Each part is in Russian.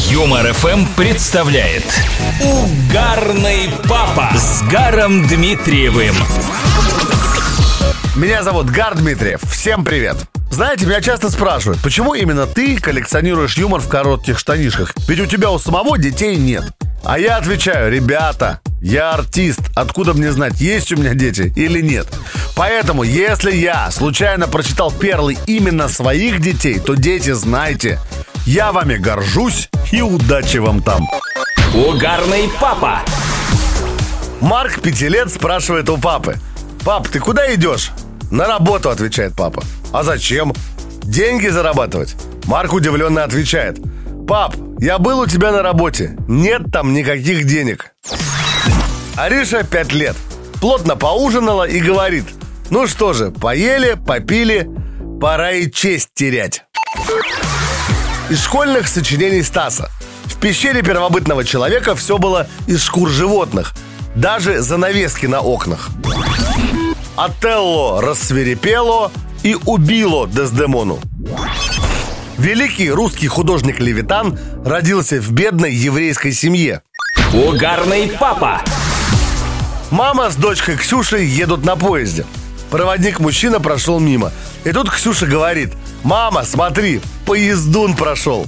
Юмор ФМ представляет Угарный папа с Гаром Дмитриевым. Меня зовут Гар Дмитриев. Всем привет. Знаете, меня часто спрашивают, почему именно ты коллекционируешь юмор в коротких штанишках? Ведь у тебя у самого детей нет. А я отвечаю: ребята, я артист, откуда мне знать, есть у меня дети или нет? Поэтому, если я случайно прочитал перлы именно своих детей, то, дети, знайте, я вами горжусь и удачи вам там. Угарный папа. Марк, 5 лет, спрашивает у папы: «Пап, ты куда идешь?» «На работу», отвечает папа. «А зачем?» «Деньги зарабатывать». Марк удивленно отвечает: «Пап, я был у тебя на работе. Нет там никаких денег». Ариша, 5 лет, плотно поужинала и говорит: «Ну что же, поели, попили, пора и честь терять». Из школьных сочинений Стаса. В пещере первобытного человека все было из шкур животных, даже занавески на окнах. Отелло рассвирепело и убило Дездемону. Великий русский художник Левитан родился в бедной еврейской семье. Угарный папа. Мама с дочкой Ксюшей едут на поезде. Проводник-мужчина прошел мимо. И тут Ксюша говорит: «Мама, смотри, поездун прошел».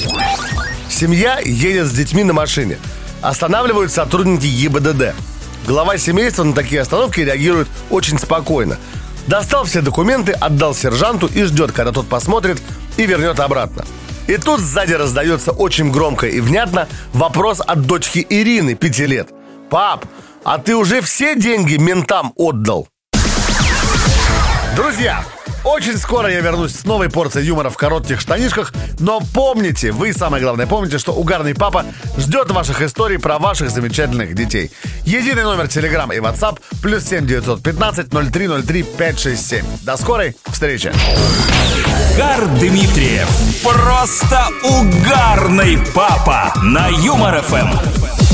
Семья едет с детьми на машине. Останавливают сотрудники ГИБДД. Глава семейства на такие остановки реагирует очень спокойно. Достал все документы, отдал сержанту и ждет, когда тот посмотрит и вернет обратно. И тут сзади раздается очень громко и внятно вопрос от дочки Ирины, 5 лет: «Пап, а ты уже все деньги ментам отдал?» Друзья, очень скоро я вернусь с новой порцией юмора в коротких штанишках. Но помните, вы, самое главное, помните, что Угарный папа ждет ваших историй про ваших замечательных детей. Единый номер Telegram и WhatsApp +7 915 0303 567. До скорой встречи. Гар Дмитриев. Просто угарный папа на Юмор ФМ.